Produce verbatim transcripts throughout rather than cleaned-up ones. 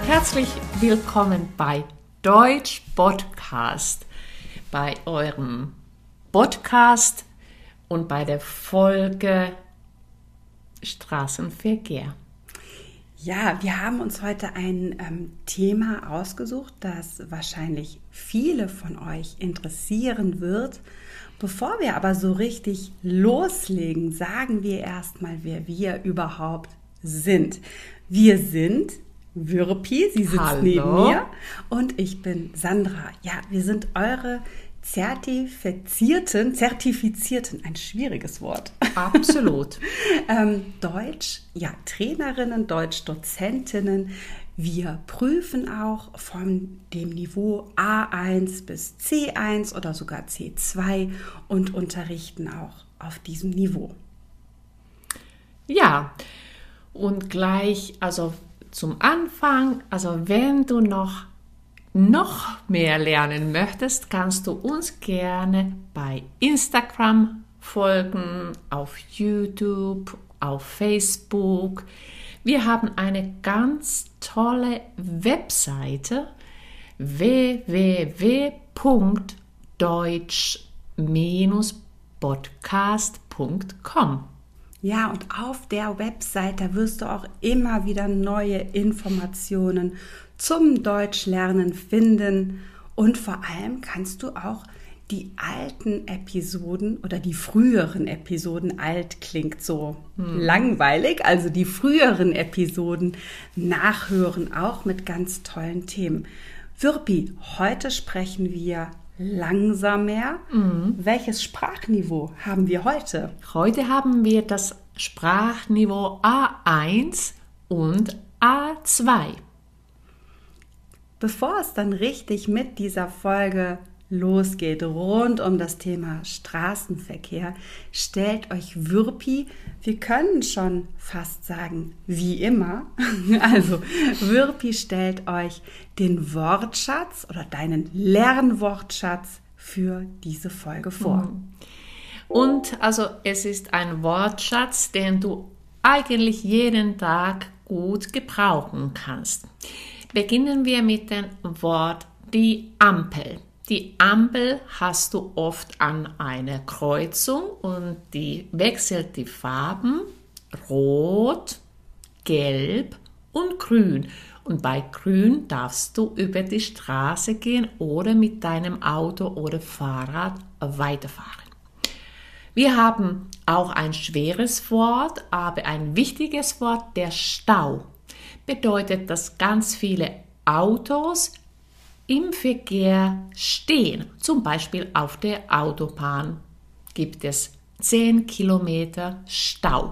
Herzlich willkommen bei Deutsch Podcast, bei eurem Podcast und bei der Folge Straßenverkehr. Ja, wir haben uns heute ein ähm, Thema ausgesucht, das wahrscheinlich viele von euch interessieren wird. Bevor wir aber so richtig loslegen, sagen wir erstmal, wer wir überhaupt sind. Wir sind Würpi, sie sitzt Hallo. neben mir, und ich bin Sandra. Ja, wir sind eure zertifizierten, zertifizierten, ein schwieriges Wort. Absolut. ähm, Deutsch, ja, Trainerinnen, Deutschdozentinnen. Wir prüfen auch von dem Niveau A eins bis C eins oder sogar C zwei und unterrichten auch auf diesem Niveau. Ja, und gleich, also zum Anfang, also wenn du noch, noch mehr lernen möchtest, kannst du uns gerne bei Instagram folgen, auf YouTube, auf Facebook. Wir haben eine ganz tolle Webseite w w w punkt deutsch podcast punkt com. Ja, und auf der Webseite wirst du auch immer wieder neue Informationen zum Deutschlernen finden. Und vor allem kannst du auch die alten Episoden oder die früheren Episoden, alt klingt so hm. langweilig, also die früheren Episoden nachhören, auch mit ganz tollen Themen. Würpi, heute sprechen wir langsamer. Mhm. Welches Sprachniveau haben wir heute? Heute haben wir das Sprachniveau A eins und A zwei. Bevor es dann richtig mit dieser Folge losgeht, rund um das Thema Straßenverkehr, stellt euch Würpi, wir können schon fast sagen, wie immer, also Würpi stellt euch den Wortschatz oder deinen Lernwortschatz für diese Folge vor. Und also es ist ein Wortschatz, den du eigentlich jeden Tag gut gebrauchen kannst. Beginnen wir mit dem Wort die Ampel. Die Ampel hast du oft an einer Kreuzung und die wechselt die Farben rot, gelb und grün. Und bei grün darfst du über die Straße gehen oder mit deinem Auto oder Fahrrad weiterfahren. Wir haben auch ein schweres Wort, aber ein wichtiges Wort, der Stau. Bedeutet, dass ganz viele Autos im Verkehr stehen. Zum Beispiel auf der Autobahn gibt es zehn Kilometer Stau.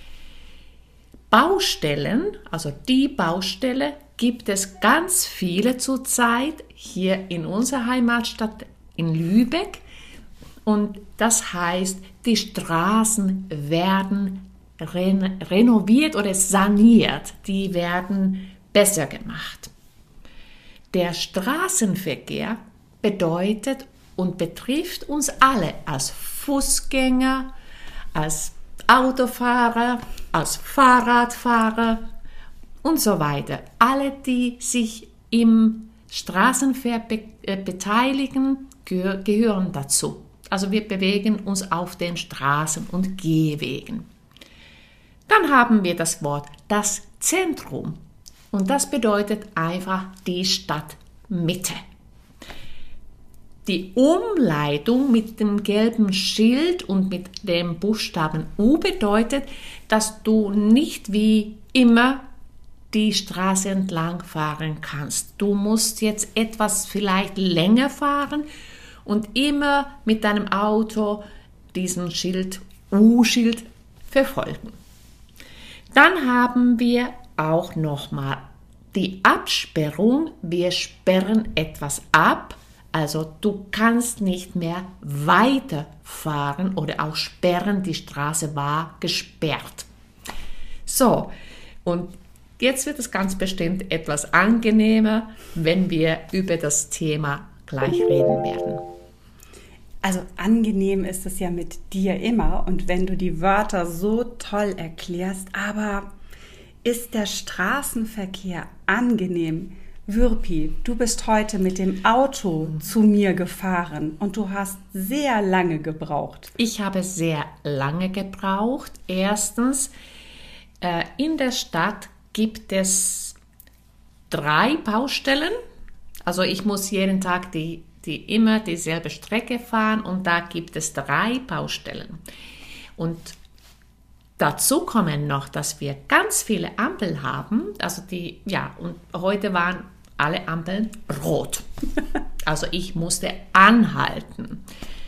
Baustellen, also die Baustelle, gibt es ganz viele zurzeit hier in unserer Heimatstadt in Lübeck. Und das heißt, die Straßen werden ren- renoviert oder saniert. Die werden besser gemacht. Der Straßenverkehr bedeutet und betrifft uns alle als Fußgänger, als Autofahrer, als Fahrradfahrer und so weiter. Alle, die sich im Straßenverkehr be- äh, beteiligen, gehör- gehören dazu. Also wir bewegen uns auf den Straßen und Gehwegen. Dann haben wir das Wort das Zentrum. Und das bedeutet einfach die Stadtmitte. Die Umleitung mit dem gelben Schild und mit dem Buchstaben U bedeutet, dass du nicht wie immer die Straße entlang fahren kannst. Du musst jetzt etwas vielleicht länger fahren und immer mit deinem Auto diesen Schild, U-Schild verfolgen. Dann haben wir auch nochmal die Absperrung. Wir sperren etwas ab, also du kannst nicht mehr weiterfahren oder auch sperren, die Straße war gesperrt. So, und jetzt wird es ganz bestimmt etwas angenehmer, wenn wir über das Thema gleich reden werden. Also angenehm ist es ja mit dir immer, und wenn du die Wörter so toll erklärst, aber ist der Straßenverkehr angenehm? Würpi, du bist heute mit dem Auto zu mir gefahren und du hast sehr lange gebraucht. Ich habe sehr lange gebraucht. Erstens, äh, in der Stadt gibt es drei Baustellen. Also ich muss jeden Tag die, die immer dieselbe Strecke fahren und da gibt es drei Baustellen. Und dazu kommen noch, dass wir ganz viele Ampeln haben. Also die, ja, und heute waren alle Ampeln rot. Also ich musste anhalten.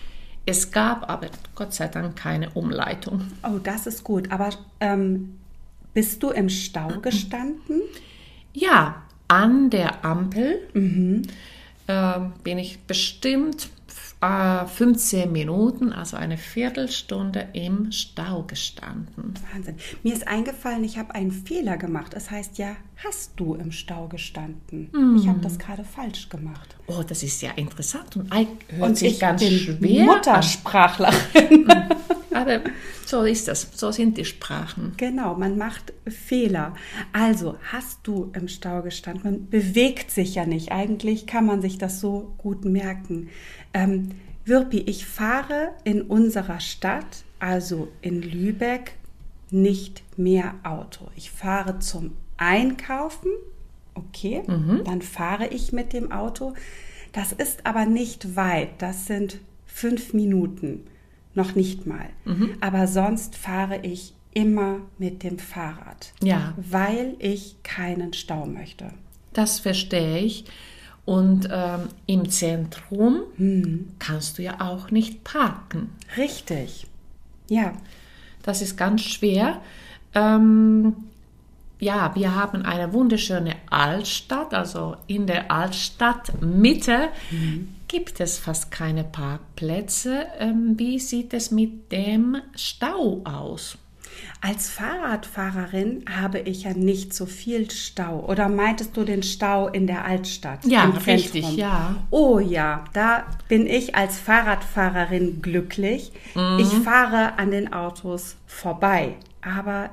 Es gab aber Gott sei Dank keine Umleitung. Oh, das ist gut. Aber ähm, bist du im Stau gestanden? Ja, an der Ampel Mhm. äh, bin ich bestimmt äh, fünfzehn Minuten, also eine Viertelstunde im Stau gestanden. Wahnsinn. Mir ist eingefallen, ich habe einen Fehler gemacht. Es heißt ja, hast du im Stau gestanden? Ich habe das gerade falsch gemacht. Oh, das ist ja interessant und hört Und sich ich ganz bin schwer Muttersprachlerin. an. Aber so ist das, so sind die Sprachen. Genau, man macht Fehler. Also, hast du im Stau gestanden? Man bewegt sich ja nicht. Eigentlich kann man sich das so gut merken. Ähm, Würpi, ich fahre in unserer Stadt, also in Lübeck, nicht mehr Auto. Ich fahre zum Einkaufen, okay, dann fahre ich mit dem Auto. Das ist aber nicht weit, das sind fünf Minuten, noch nicht mal. Aber sonst fahre ich immer mit dem Fahrrad, Ja. weil ich keinen Stau möchte. Das verstehe ich. Und ähm, im Zentrum kannst du ja auch nicht parken. Richtig, ja. Das ist ganz schwer. Ähm, ja, wir haben eine wunderschöne Altstadt. Also in der Altstadtmitte gibt es fast keine Parkplätze. Ähm, wie sieht es mit dem Stau aus? Als Fahrradfahrerin habe ich ja nicht so viel Stau. Oder meintest du den Stau in der Altstadt? Ja, im Zentrum? richtig, ja. Oh ja, da bin ich als Fahrradfahrerin glücklich. Ich fahre an den Autos vorbei. Aber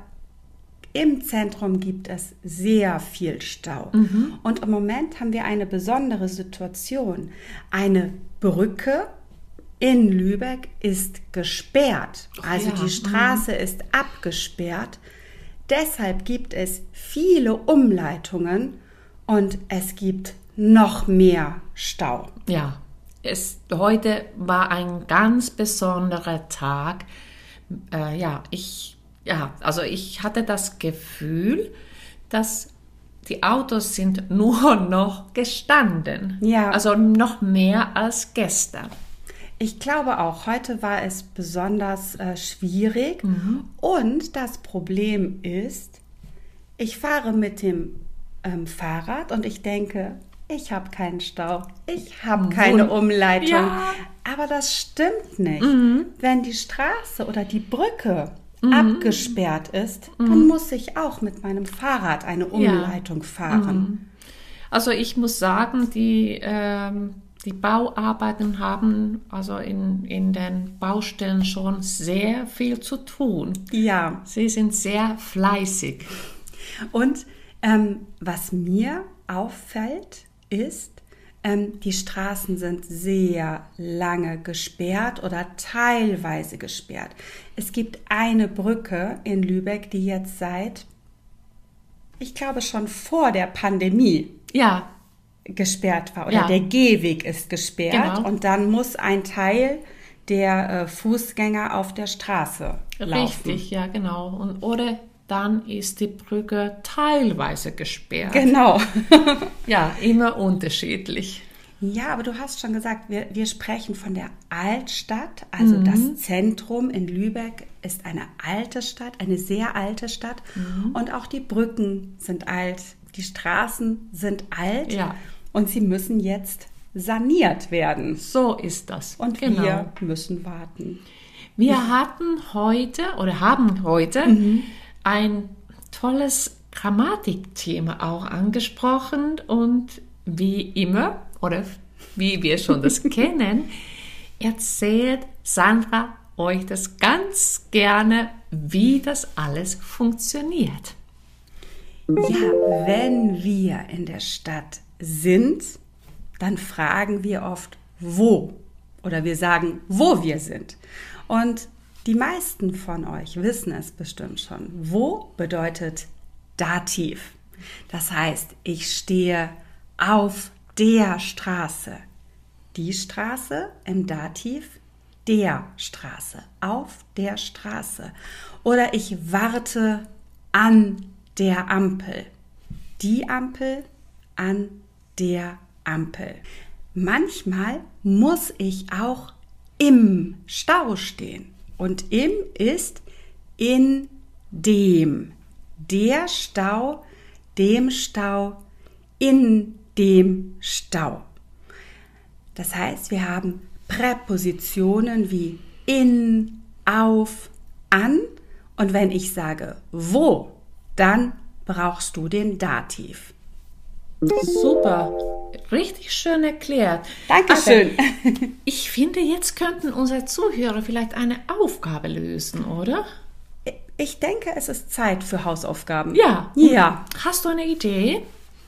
im Zentrum gibt es sehr viel Stau. Und im Moment haben wir eine besondere Situation. Eine Brücke in Lübeck ist gesperrt, also ja. die Straße ist abgesperrt. Deshalb gibt es viele Umleitungen und es gibt noch mehr Stau. Ja, es, heute war ein ganz besonderer Tag. Äh, ja, ich, ja, also ich hatte das Gefühl, dass die Autos sind nur noch gestanden. Ja. Also noch mehr als gestern. Ich glaube auch, heute war es besonders äh, schwierig. Und das Problem ist, ich fahre mit dem ähm, Fahrrad und ich denke, ich habe keinen Stau, ich habe keine Umleitung. Ja. Aber das stimmt nicht. Wenn die Straße oder die Brücke abgesperrt ist, dann muss ich auch mit meinem Fahrrad eine Umleitung fahren. Also ich muss sagen, die... Ähm, Die Bauarbeiten haben also in, in den Baustellen schon sehr viel zu tun. Ja. Sie sind sehr fleißig. Und ähm, was mir auffällt, ist, ähm, die Straßen sind sehr lange gesperrt oder teilweise gesperrt. Es gibt eine Brücke in Lübeck, die jetzt seit, ich glaube schon vor der Pandemie, Ja, gesperrt war oder Ja. der Gehweg ist gesperrt Genau. und dann muss ein Teil der äh, Fußgänger auf der Straße laufen. richtig, ja genau. Und, oder dann ist die Brücke teilweise gesperrt. Genau. Ja, immer unterschiedlich. Ja, aber du hast schon gesagt, wir, wir sprechen von der Altstadt, also das Zentrum in Lübeck ist eine alte Stadt, eine sehr alte Stadt und auch die Brücken sind alt, die Straßen sind alt Ja. und sie müssen jetzt saniert werden. So ist das. Und genau. wir müssen warten. Wir hatten heute oder haben heute ein tolles Grammatikthema auch angesprochen und wie immer oder wie wir schon das kennen, erzählt Sandra euch das ganz gerne, wie das alles funktioniert. Ja, wenn wir in der Stadt sind, dann fragen wir oft, wo? Oder wir sagen, wo wir sind. Und die meisten von euch wissen es bestimmt schon. Wo bedeutet Dativ. Das heißt, ich stehe auf der Straße. Die Straße im Dativ, der Straße, auf der Straße. Oder ich warte an der Ampel. Die Ampel an der Ampel. Manchmal muss ich auch im Stau stehen. Und im ist in dem. Der Stau, dem Stau, in dem Stau. Das heißt, wir haben Präpositionen wie in, auf, an. Und wenn ich sage wo, dann brauchst du den Dativ. Super, richtig schön erklärt. Dankeschön. Aber ich finde, jetzt könnten unsere Zuhörer vielleicht eine Aufgabe lösen, oder? Ich denke, es ist Zeit für Hausaufgaben. Ja. Ja. Hast du eine Idee?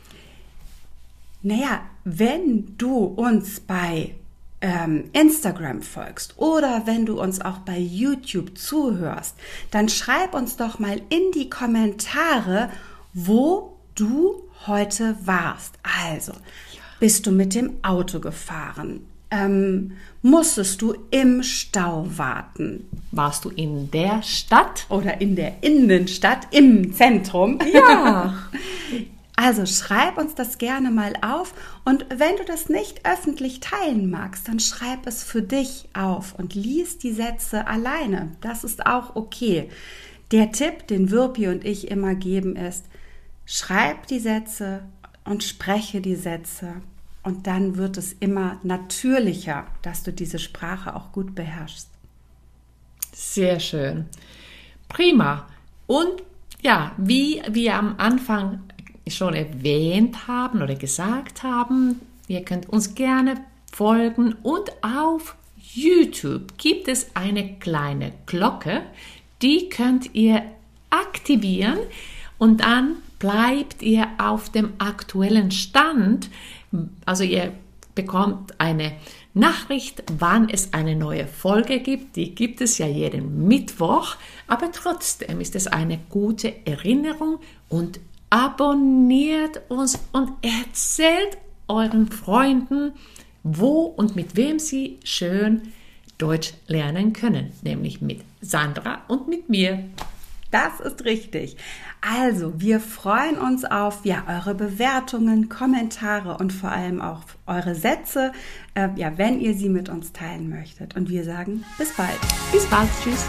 Naja, wenn du uns bei ähm, Instagram folgst oder wenn du uns auch bei YouTube zuhörst, dann schreib uns doch mal in die Kommentare, wo du heute warst. Also, bist du mit dem Auto gefahren? Ähm, musstest du im Stau warten? Warst du in der Stadt? Oder in der Innenstadt, im Zentrum? Ja. Also schreib uns das gerne mal auf und wenn du das nicht öffentlich teilen magst, dann schreib es für dich auf und lies die Sätze alleine. Das ist auch okay. Der Tipp, den Wirpi und ich immer geben, ist, schreib die Sätze und spreche die Sätze und dann wird es immer natürlicher, dass du diese Sprache auch gut beherrschst. Sehr schön. Prima. Und ja, wie wir am Anfang schon erwähnt haben oder gesagt haben, ihr könnt uns gerne folgen und auf YouTube gibt es eine kleine Glocke, die könnt ihr aktivieren und dann bleibt ihr auf dem aktuellen Stand. Also ihr bekommt eine Nachricht, wann es eine neue Folge gibt. Die gibt es ja jeden Mittwoch, aber trotzdem ist es eine gute Erinnerung und abonniert uns und erzählt euren Freunden, wo und mit wem sie schön Deutsch lernen können, nämlich mit Sandra und mit mir. Das ist richtig. Also, wir freuen uns auf ja, eure Bewertungen, Kommentare und vor allem auch eure Sätze, äh, ja, wenn ihr sie mit uns teilen möchtet. Und wir sagen bis bald. Bis bald. Tschüss.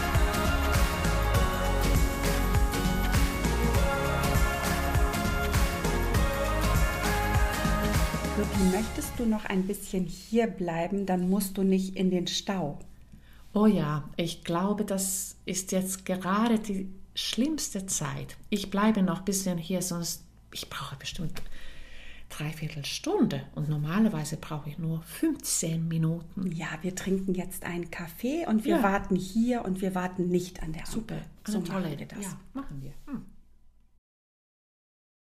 Möchtest du noch ein bisschen hier bleiben, dann musst du nicht in den Stau. Oh ja, ich glaube, das ist jetzt gerade die schlimmste Zeit. Ich bleibe noch ein bisschen hier, sonst ich brauche bestimmt dreiviertel Stunde und normalerweise brauche ich nur fünfzehn Minuten. Ja, wir trinken jetzt einen Kaffee und wir ja. warten hier und wir warten nicht an der Ampel. Super, eine so tolle machen wir das. Ja, machen wir. Hm.